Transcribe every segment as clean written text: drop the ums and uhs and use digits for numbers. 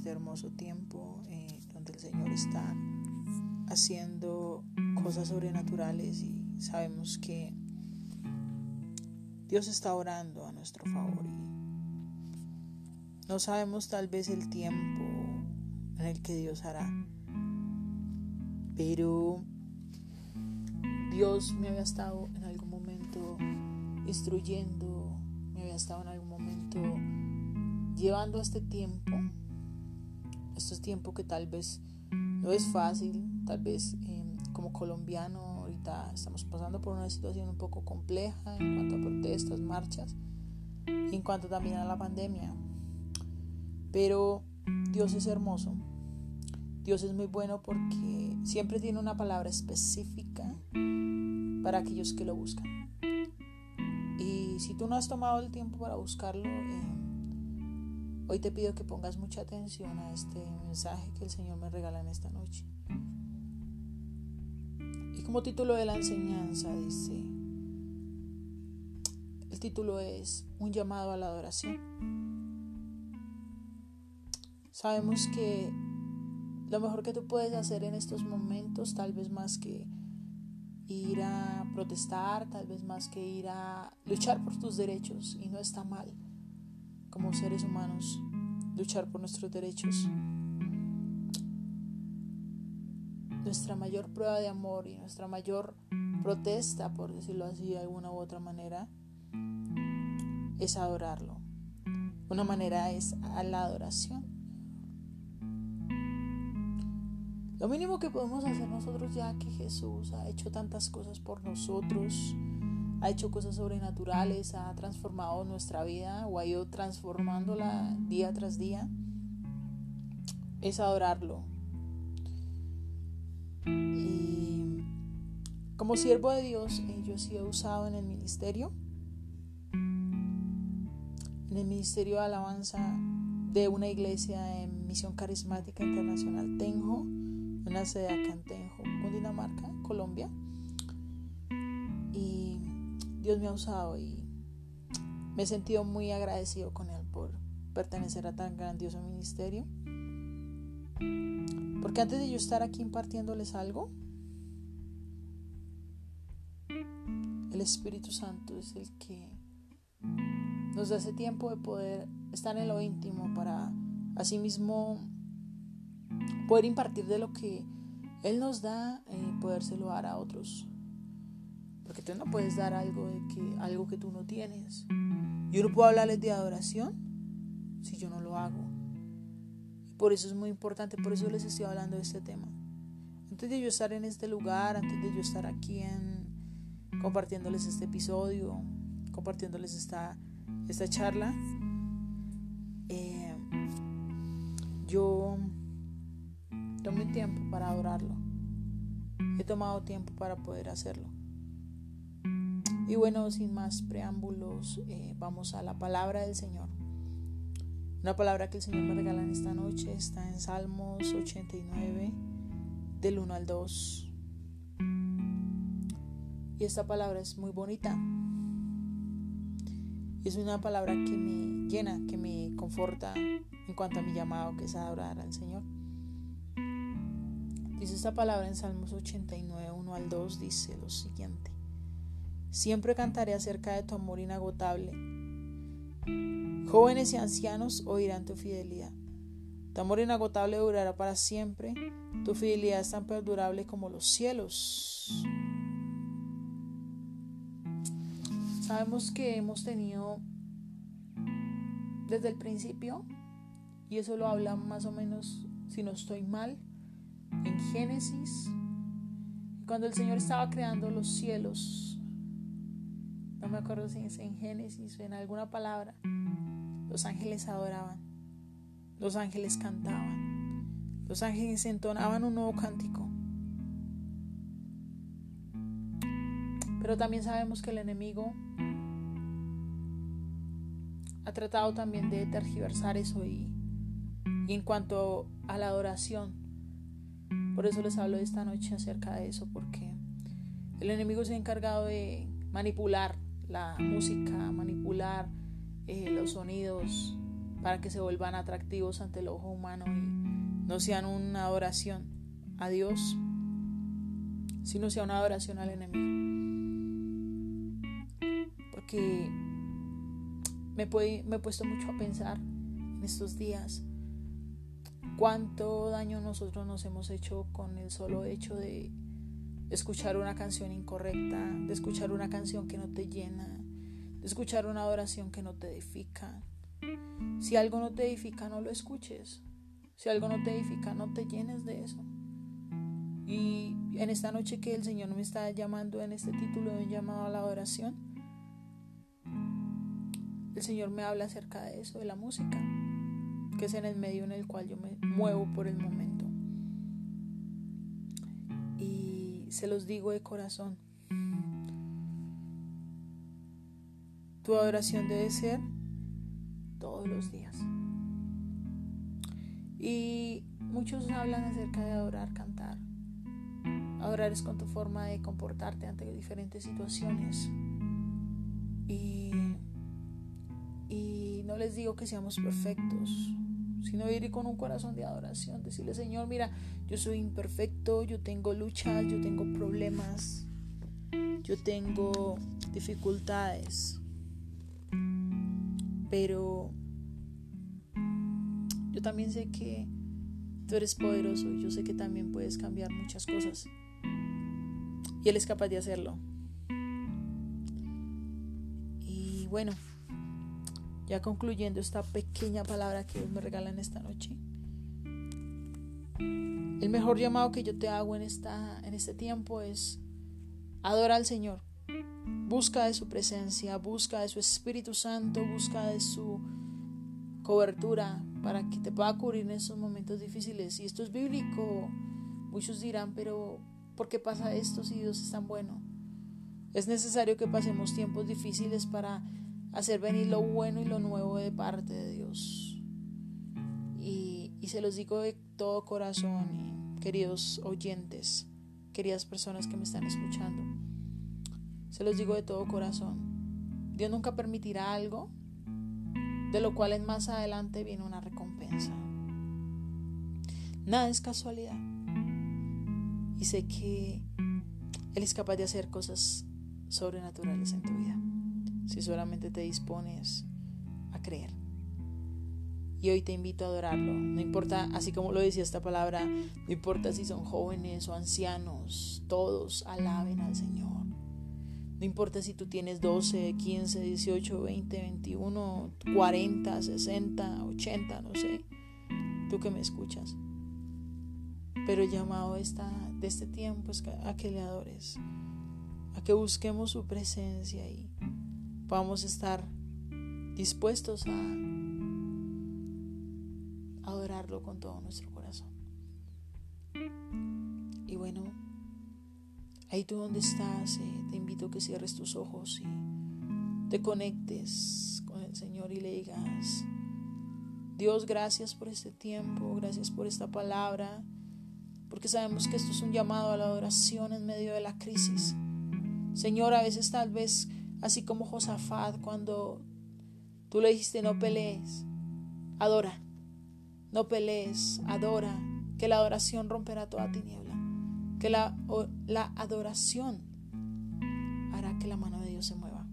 este hermoso tiempo donde el Señor está haciendo cosas sobrenaturales y sabemos que Dios está orando a nuestro favor y no sabemos tal vez el tiempo en el que Dios hará, pero Dios me había estado en algún momento instruyendo, me había estado en algún momento llevando a este tiempo que tal vez no es fácil, tal vez como colombiano ahorita estamos pasando por una situación un poco compleja en cuanto a protestas, marchas, y en cuanto también a la pandemia, pero Dios es hermoso, Dios es muy bueno porque siempre tiene una palabra específica para aquellos que lo buscan. Y si tú no has tomado el tiempo para buscarlo, hoy te pido que pongas mucha atención a este mensaje que el Señor me regala en esta noche. Y como título de la enseñanza dice, el título es Un llamado a la adoración. Sabemos que lo mejor que tú puedes hacer en estos momentos, tal vez más que ir a protestar, tal vez más que ir a luchar por tus derechos, y no está mal como seres humanos luchar por nuestros derechos. Nuestra mayor prueba de amor y nuestra mayor protesta, por decirlo así de alguna u otra manera, es adorarlo. Una manera es a la adoración. Lo mínimo que podemos hacer nosotros, ya que Jesús ha hecho tantas cosas por nosotros, ha hecho cosas sobrenaturales, ha transformado nuestra vida o ha ido transformándola día tras día, es adorarlo. Y como siervo de Dios, yo he sido usado en el ministerio de alabanza de una iglesia en Misión Carismática Internacional Tenjo, una sede acá en Tenjo, Cundinamarca, Colombia. Y Dios me ha usado y me he sentido muy agradecido con Él por pertenecer a tan grandioso ministerio. Porque antes de yo estar aquí impartiéndoles algo, el Espíritu Santo es el que nos da ese tiempo de poder estar en lo íntimo para asimismo poder impartir de lo que Él nos da y podérselo dar a otros. Porque tú no puedes dar algo que tú no tienes. Yo no puedo hablarles de adoración si yo no lo hago. Y por eso es muy importante, por eso les estoy hablando de este tema. Antes de yo estar en este lugar, antes de yo estar aquí compartiéndoles este episodio, compartiéndoles esta charla, yo tomé tiempo para adorarlo. He tomado tiempo para poder hacerlo. Y bueno, sin más preámbulos, vamos a la palabra del Señor. Una palabra que el Señor me regala en esta noche está en Salmos 89, del 1 al 2. Y esta palabra es muy bonita. Es una palabra que me llena, que me conforta en cuanto a mi llamado, que es adorar al Señor. Dice esta palabra en Salmos 89, 1 al 2, dice lo siguiente: Siempre cantaré acerca de tu amor inagotable. Jóvenes y ancianos oirán tu fidelidad. Tu amor inagotable durará para siempre. Tu fidelidad es tan perdurable como los cielos. Sabemos que hemos tenido desde el principio, y eso lo habla más o menos, si no estoy mal, en Génesis, cuando el Señor estaba creando los cielos. No me acuerdo si es en Génesis o en alguna palabra. Los ángeles adoraban, los ángeles cantaban, los ángeles entonaban un nuevo cántico. Pero también sabemos que el enemigo ha tratado también de tergiversar eso y en cuanto a la adoración. Por eso les hablo esta noche acerca de eso, porque el enemigo se ha encargado de manipular la música, manipular los sonidos, para que se vuelvan atractivos ante el ojo humano y no sean una adoración a Dios, sino sea una adoración al enemigo. Porque me he puesto mucho a pensar en estos días cuánto daño nosotros nos hemos hecho con el solo hecho de escuchar una canción incorrecta, de escuchar una canción que no te llena, de escuchar una adoración que no te edifica. Si algo no te edifica, no lo escuches. Si algo no te edifica, no te llenes de eso. Y en esta noche que el Señor me está llamando en este título de un llamado a la adoración, el Señor me habla acerca de eso, de la música, que es en el medio en el cual yo me muevo por el momento. Y se los digo de corazón, tu adoración debe ser todos los días. Y muchos hablan acerca de adorar, cantar. Adorar es con tu forma de comportarte ante diferentes situaciones. Y no les digo que seamos perfectos, sino ir con un corazón de adoración, decirle: Señor, mira, yo soy imperfecto, yo tengo luchas, yo tengo problemas, yo tengo dificultades, pero yo también sé que tú eres poderoso y yo sé que también puedes cambiar muchas cosas y Él es capaz de hacerlo. Y bueno, ya concluyendo esta pequeña palabra que Dios me regala en esta noche, el mejor llamado que yo te hago en este tiempo es: adora al Señor, busca de su presencia, busca de su Espíritu Santo, busca de su cobertura para que te pueda cubrir en esos momentos difíciles. Y esto es bíblico. Muchos dirán: pero ¿por qué pasa esto si Dios es tan bueno? Es necesario que pasemos tiempos difíciles para hacer venir lo bueno y lo nuevo de parte de Dios. Y se los digo de todo corazón, y queridos oyentes, queridas personas que me están escuchando, se los digo de todo corazón: Dios nunca permitirá algo de lo cual en más adelante viene una recompensa. Nada es casualidad. Y sé que Él es capaz de hacer cosas sobrenaturales en tu vida, si solamente te dispones a creer. Y hoy te invito a adorarlo. No importa, así como lo decía esta palabra, no importa si son jóvenes o ancianos, todos alaben al Señor. No importa si tú tienes 12, 15, 18, 20, 21, 40, 60, 80, no sé, tú que me escuchas. Pero el llamado de este tiempo es a que le adores, a que busquemos su presencia y podamos estar dispuestos a adorarlo con todo nuestro corazón. Y bueno, ahí tú donde estás, te invito a que cierres tus ojos y te conectes con el Señor y le digas: Dios, gracias por este tiempo, gracias por esta palabra, porque sabemos que esto es un llamado a la adoración en medio de la crisis. Señor, a veces tal vez así como Josafat, cuando tú le dijiste: no pelees, adora, no pelees, adora, que la adoración romperá toda tiniebla, que la adoración hará que la mano de Dios se mueva.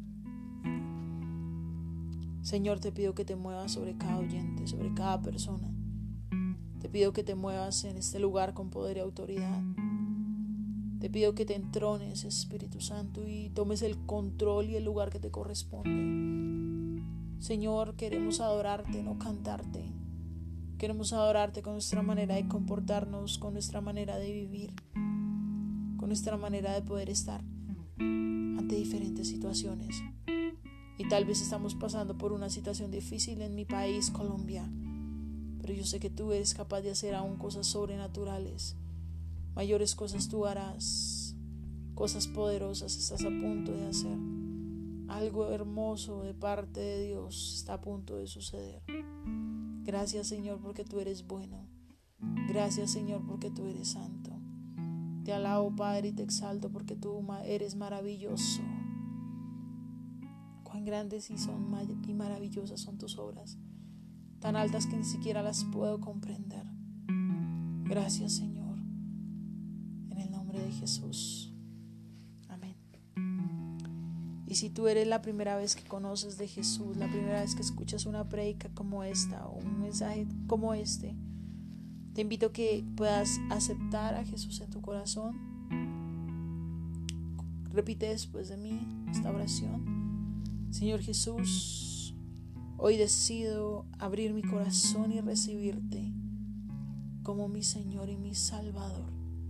Señor, te pido que te muevas sobre cada oyente, sobre cada persona. Te pido que te muevas en este lugar con poder y autoridad. Te pido que te entrones, Espíritu Santo, y tomes el control y el lugar que te corresponde. Señor, queremos adorarte, no cantarte. Queremos adorarte con nuestra manera de comportarnos, con nuestra manera de vivir, con nuestra manera de poder estar ante diferentes situaciones. Y tal vez estamos pasando por una situación difícil en mi país, Colombia, pero yo sé que tú eres capaz de hacer aún cosas sobrenaturales. Mayores cosas tú harás, cosas poderosas estás a punto de hacer. Algo hermoso de parte de Dios está a punto de suceder. Gracias, Señor, porque tú eres bueno. Gracias, Señor, porque tú eres santo. Te alabo, Padre, y te exalto porque tú eres maravilloso. Cuán grandes y maravillosas son tus obras. tan altas que ni siquiera las puedo comprender. Gracias, Señor, en el nombre de Jesús. Amén. Y si tú eres la primera vez que conoces de Jesús, la primera vez que escuchas una prédica como esta o un mensaje como este, te invito a que puedas aceptar a Jesús en tu corazón. Repite después de mí esta oración. Señor Jesús, hoy decido abrir mi corazón y recibirte como mi Señor y mi Salvador.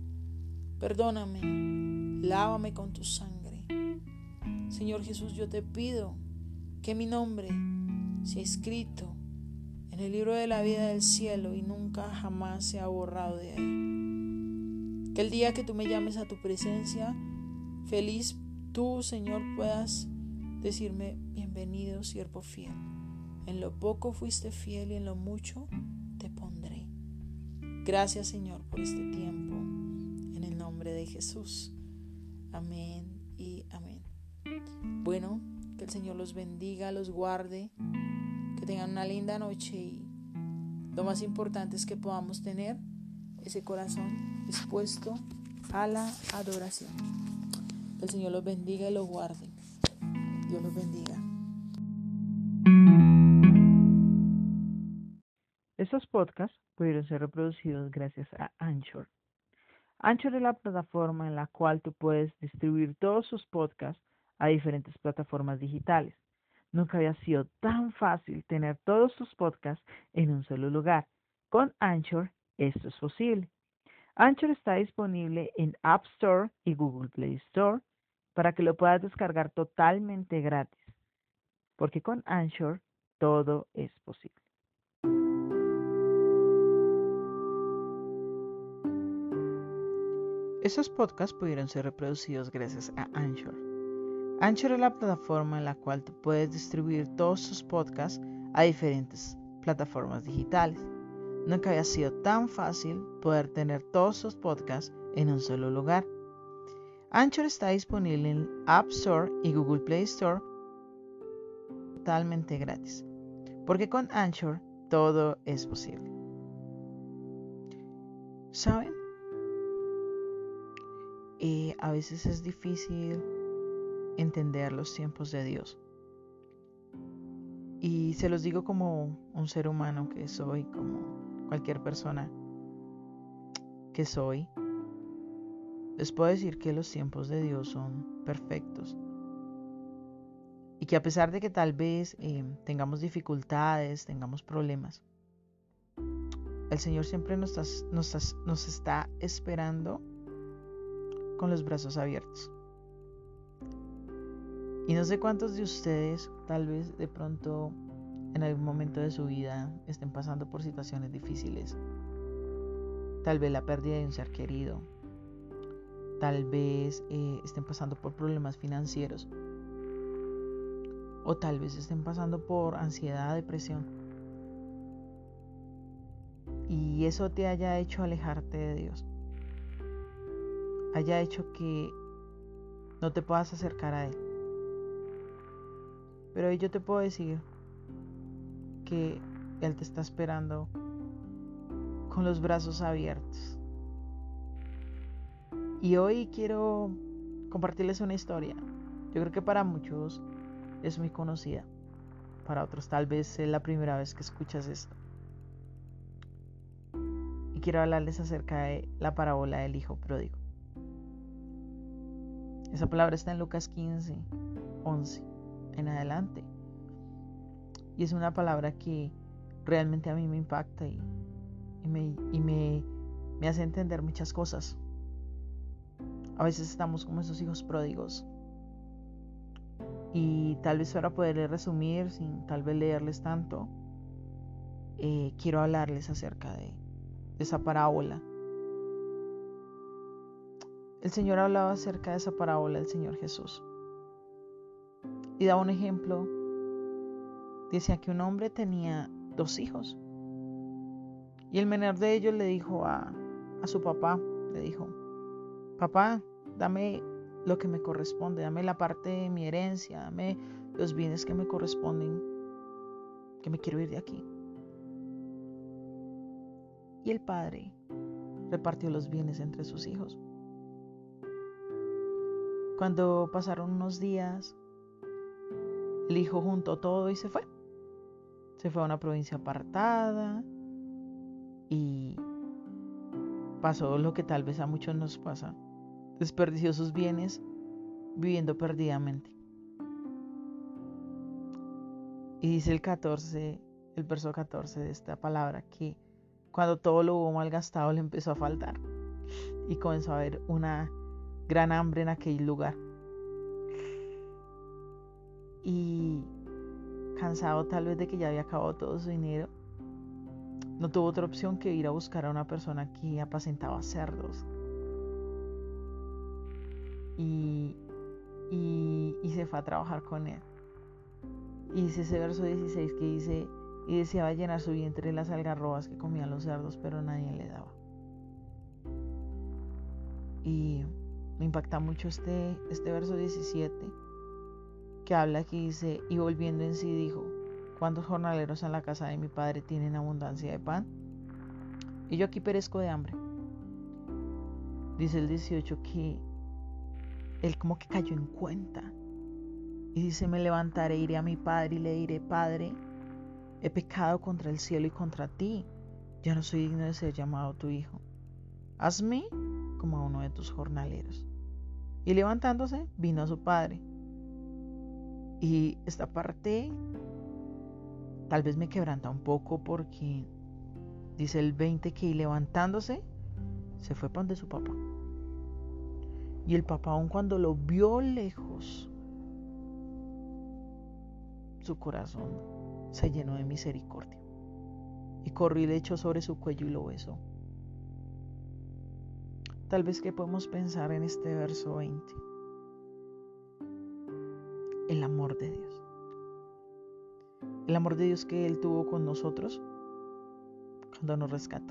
Perdóname, lávame con tu sangre. Señor Jesús, yo te pido que mi nombre sea escrito en el libro de la vida del cielo y nunca jamás sea borrado de ahí. Que el día que tú me llames a tu presencia, feliz tú, Señor, puedas decirme: bienvenido, siervo fiel. En lo poco fuiste fiel y en lo mucho te pondré. Gracias, Señor, por este tiempo. En el nombre de Jesús. Amén y amén. Bueno, que el Señor los bendiga, los guarde, que tengan una linda noche y lo más importante es que podamos tener ese corazón dispuesto a la adoración. Que el Señor los bendiga y los guarde. Dios los bendiga. Estos podcasts pudieron ser reproducidos gracias a Anchor. Anchor es la plataforma en la cual tú puedes distribuir todos sus podcasts a diferentes plataformas digitales. Nunca había sido tan fácil tener todos tus podcasts en un solo lugar. Con Anchor esto es posible. Anchor está disponible en App Store y Google Play Store para que lo puedas descargar totalmente gratis, porque con Anchor todo es posible. Estos podcasts pudieron ser reproducidos gracias a Anchor. Anchor es la plataforma en la cual tú puedes distribuir todos tus podcasts a diferentes plataformas digitales. Nunca había sido tan fácil poder tener todos tus podcasts en un solo lugar. Anchor está disponible en App Store y Google Play Store totalmente gratis, porque con Anchor todo es posible. ¿Saben? A veces es difícil entender los tiempos de Dios. Y se los digo como un ser humano que soy, como cualquier persona que soy. Les puedo decir que los tiempos de Dios son perfectos. Y que a pesar de que tal vez tengamos dificultades, tengamos problemas, el Señor siempre nos está esperando con los brazos abiertos. Y no sé cuántos de ustedes tal vez de pronto en algún momento de su vida estén pasando por situaciones difíciles. Tal vez la pérdida de un ser querido. Tal vez estén pasando por problemas financieros. O tal vez estén pasando por ansiedad, depresión. Y eso te haya hecho alejarte de Dios. Haya hecho que no te puedas acercar a Él. Pero hoy yo te puedo decir que Él te está esperando con los brazos abiertos. Y hoy quiero compartirles una historia. Yo creo que para muchos es muy conocida. Para otros tal vez es la primera vez que escuchas esto. Y quiero hablarles acerca de la parábola del hijo pródigo. Esa palabra está en Lucas 15, 11 en adelante. Y es una palabra que realmente a mí me impacta y me hace entender muchas cosas. A veces estamos como esos hijos pródigos. Y tal vez para poderles resumir, sin tal vez leerles tanto, quiero hablarles acerca de esa parábola. El Señor hablaba acerca de esa parábola, el Señor Jesús. Y daba un ejemplo. Decía que un hombre tenía 2 hijos. Y el menor de ellos le dijo a su papá, le dijo: papá, dame lo que me corresponde, dame la parte de mi herencia, dame los bienes que me corresponden, que me quiero ir de aquí. y el padre repartió los bienes entre sus hijos. Cuando pasaron unos días, el hijo juntó todo y se fue. Se fue a una provincia apartada y pasó lo que tal vez a muchos nos pasa. Desperdició sus bienes viviendo perdidamente. Y dice el verso 14 de esta palabra, que cuando todo lo hubo malgastado le empezó a faltar y comenzó a haber una gran hambre en aquel lugar. Y cansado tal vez de que ya había acabado todo su dinero, no tuvo otra opción que ir a buscar a una persona que apacentaba cerdos. Y se fue a trabajar con él. Y dice ese verso 16 que dice: y deseaba llenar su vientre de las algarrobas que comían los cerdos, pero nadie le daba. Y me impacta mucho este verso 17, que habla aquí, dice: y volviendo en sí dijo: ¿cuántos jornaleros en la casa de mi padre tienen abundancia de pan? Y yo aquí perezco de hambre. Dice el 18 que él como que cayó en cuenta. Y dice: me levantaré, iré a mi padre y le diré: Padre, he pecado contra el cielo y contra ti. Ya no soy digno de ser llamado tu hijo. Hazme como a uno de tus jornaleros. Y levantándose, vino a su padre. Y esta parte tal vez me quebranta un poco, porque dice el 20 que levantándose se fue para donde su papá. Y el papá, aun cuando lo vio lejos, su corazón se llenó de misericordia y corrió y le echó sobre su cuello y lo besó. Tal vez que podemos pensar en este verso 20: el amor de Dios. El amor de Dios que Él tuvo con nosotros cuando nos rescató.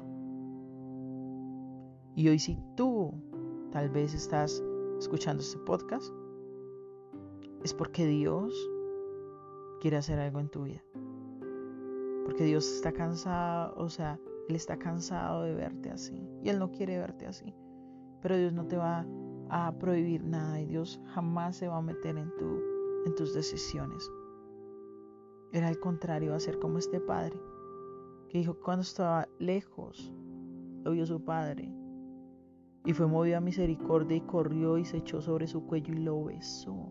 Y hoy, si tú tal vez estás escuchando este podcast, es porque Dios quiere hacer algo en tu vida. Porque Dios está cansado, Él está cansado de verte así. Y Él no quiere verte así. Pero Dios no te va a prohibir nada, y Dios jamás se va a meter en tus decisiones. Era al contrario, va a ser como este padre, que dijo que cuando estaba lejos, lo vio su padre, y fue movido a misericordia, y corrió y se echó sobre su cuello y lo besó.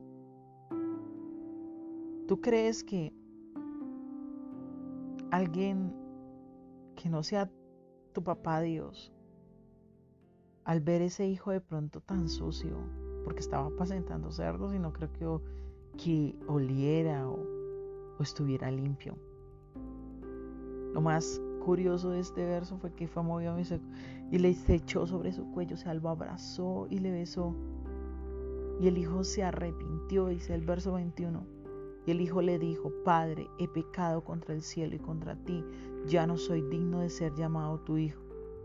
¿Tú crees que alguien que no sea tu papá Dios, al ver ese hijo de pronto tan sucio, porque estaba apacentando cerdos y no creo que oliera o estuviera limpio? Lo más curioso de este verso fue que fue movido y le echó sobre su cuello, lo abrazó y le besó. Y el hijo se arrepintió, dice el verso 21. Y el hijo le dijo: Padre, he pecado contra el cielo y contra ti, ya no soy digno de ser llamado tu hijo.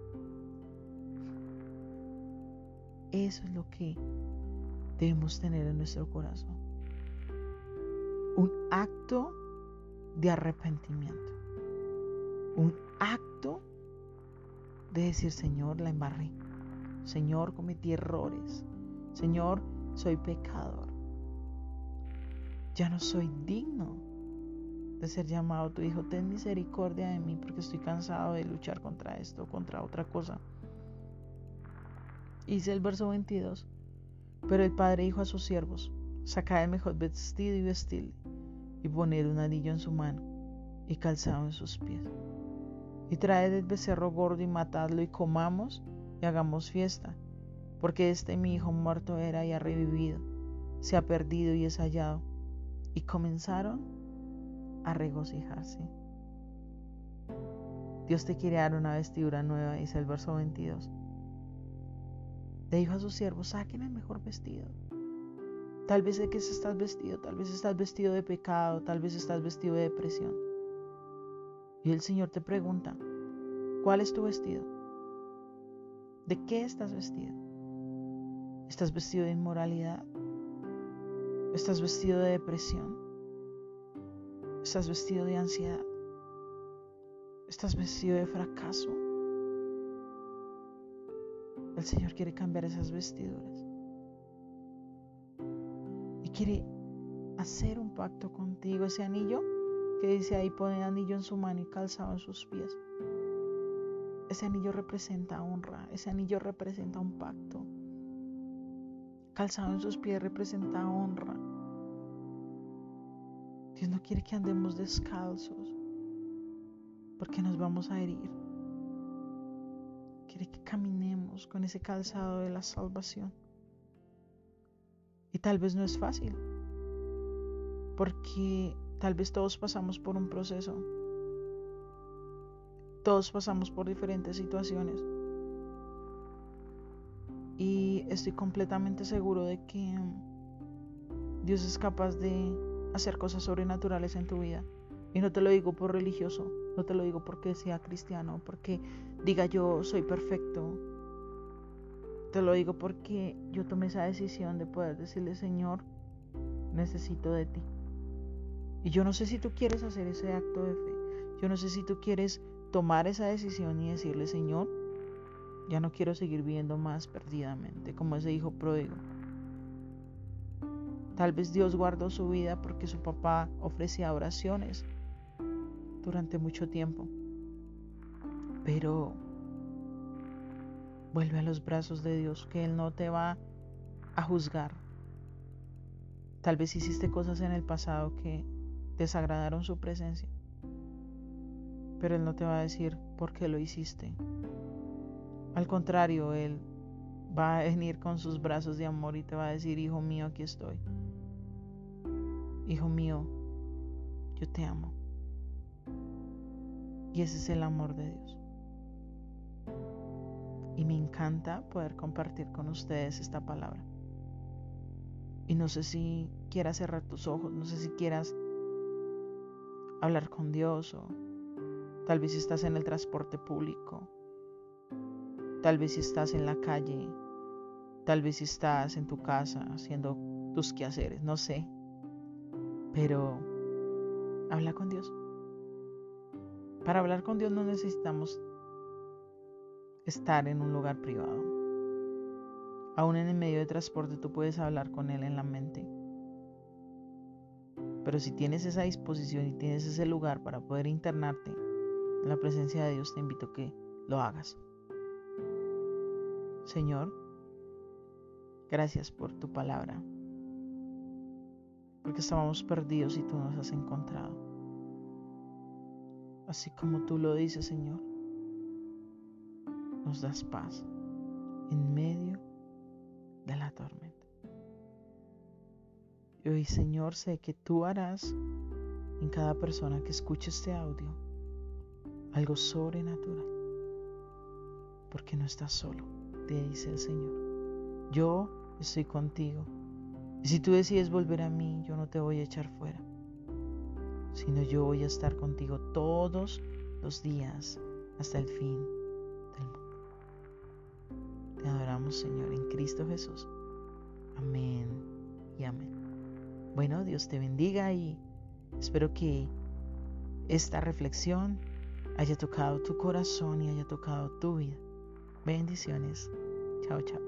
Eso es lo que debemos tener en nuestro corazón: un acto de arrepentimiento, un acto de decir: Señor, la embarré, Señor, cometí errores, Señor, soy pecador, ya no soy digno de ser llamado tu hijo, ten misericordia de mí, porque estoy cansado de luchar contra esto, contra otra cosa. Dice el verso 22: pero el padre dijo a sus siervos: sacad el mejor vestido y vestidle, y poned un anillo en su mano y calzado en sus pies, y traed el becerro gordo y matadlo, y comamos y hagamos fiesta, porque mi hijo muerto era y ha revivido, se ha perdido y es hallado. Y comenzaron a regocijarse. Dios te quiere dar una vestidura nueva, dice el verso 22. Le dijo a sus siervos: saquen el mejor vestido. Tal vez de qué estás vestido, tal vez estás vestido de pecado, tal vez estás vestido de depresión. Y el Señor te pregunta: ¿cuál es tu vestido? ¿De qué estás vestido? ¿Estás vestido de inmoralidad? ¿Estás vestido de depresión? ¿Estás vestido de ansiedad? ¿Estás vestido de fracaso? El Señor quiere cambiar esas vestiduras. Y quiere hacer un pacto contigo. Ese anillo que dice ahí, pone anillo en su mano y calzado en sus pies. Ese anillo representa honra. Ese anillo representa un pacto. Calzado en sus pies representa honra. Dios no quiere que andemos descalzos, porque nos vamos a herir. Quiere que caminemos con ese calzado de la salvación. Y tal vez no es fácil, porque tal vez todos pasamos por un proceso. Todos pasamos por diferentes situaciones. Y estoy completamente seguro de que Dios es capaz de hacer cosas sobrenaturales en tu vida. Y no te lo digo por religioso, no te lo digo porque sea cristiano, porque diga yo soy perfecto. Te lo digo porque yo tomé esa decisión de poder decirle, Señor, necesito de ti. Y yo no sé si tú quieres hacer ese acto de fe. Yo no sé si tú quieres tomar esa decisión y decirle, Señor, ya no quiero seguir viviendo más perdidamente, como ese hijo pródigo. Tal vez Dios guardó su vida porque su papá ofrecía oraciones durante mucho tiempo. Pero vuelve a los brazos de Dios, que Él no te va a juzgar. Tal vez hiciste cosas en el pasado que desagradaron su presencia, pero Él no te va a decir por qué lo hiciste. Al contrario, Él va a venir con sus brazos de amor y te va a decir, hijo mío, aquí estoy. Hijo mío, yo te amo. Y ese es el amor de Dios. Y me encanta poder compartir con ustedes esta palabra. Y no sé si quieras cerrar tus ojos, no sé si quieras hablar con Dios, o tal vez si estás en el transporte público, tal vez si estás en la calle, tal vez si estás en tu casa haciendo tus quehaceres, no sé. Pero habla con Dios. Para hablar con Dios no necesitamos estar en un lugar privado. Aún en el medio de transporte tú puedes hablar con Él en la mente. Pero si tienes esa disposición y tienes ese lugar para poder internarte en la presencia de Dios, te invito a que lo hagas. Señor, gracias por tu palabra, porque estábamos perdidos y tú nos has encontrado. Así como tú lo dices, Señor, nos das paz en medio de la tormenta. Y hoy, Señor, sé que tú harás en cada persona que escuche este audio algo sobrenatural, porque no estás solo, te dice el Señor. Yo estoy contigo. Y si tú decides volver a mí, yo no te voy a echar fuera, sino yo voy a estar contigo todos los días hasta el fin del mundo. Te adoramos, Señor, en Cristo Jesús. Amén y amén. Bueno, Dios te bendiga y espero que esta reflexión haya tocado tu corazón y haya tocado tu vida. Bendiciones. Chao, chao.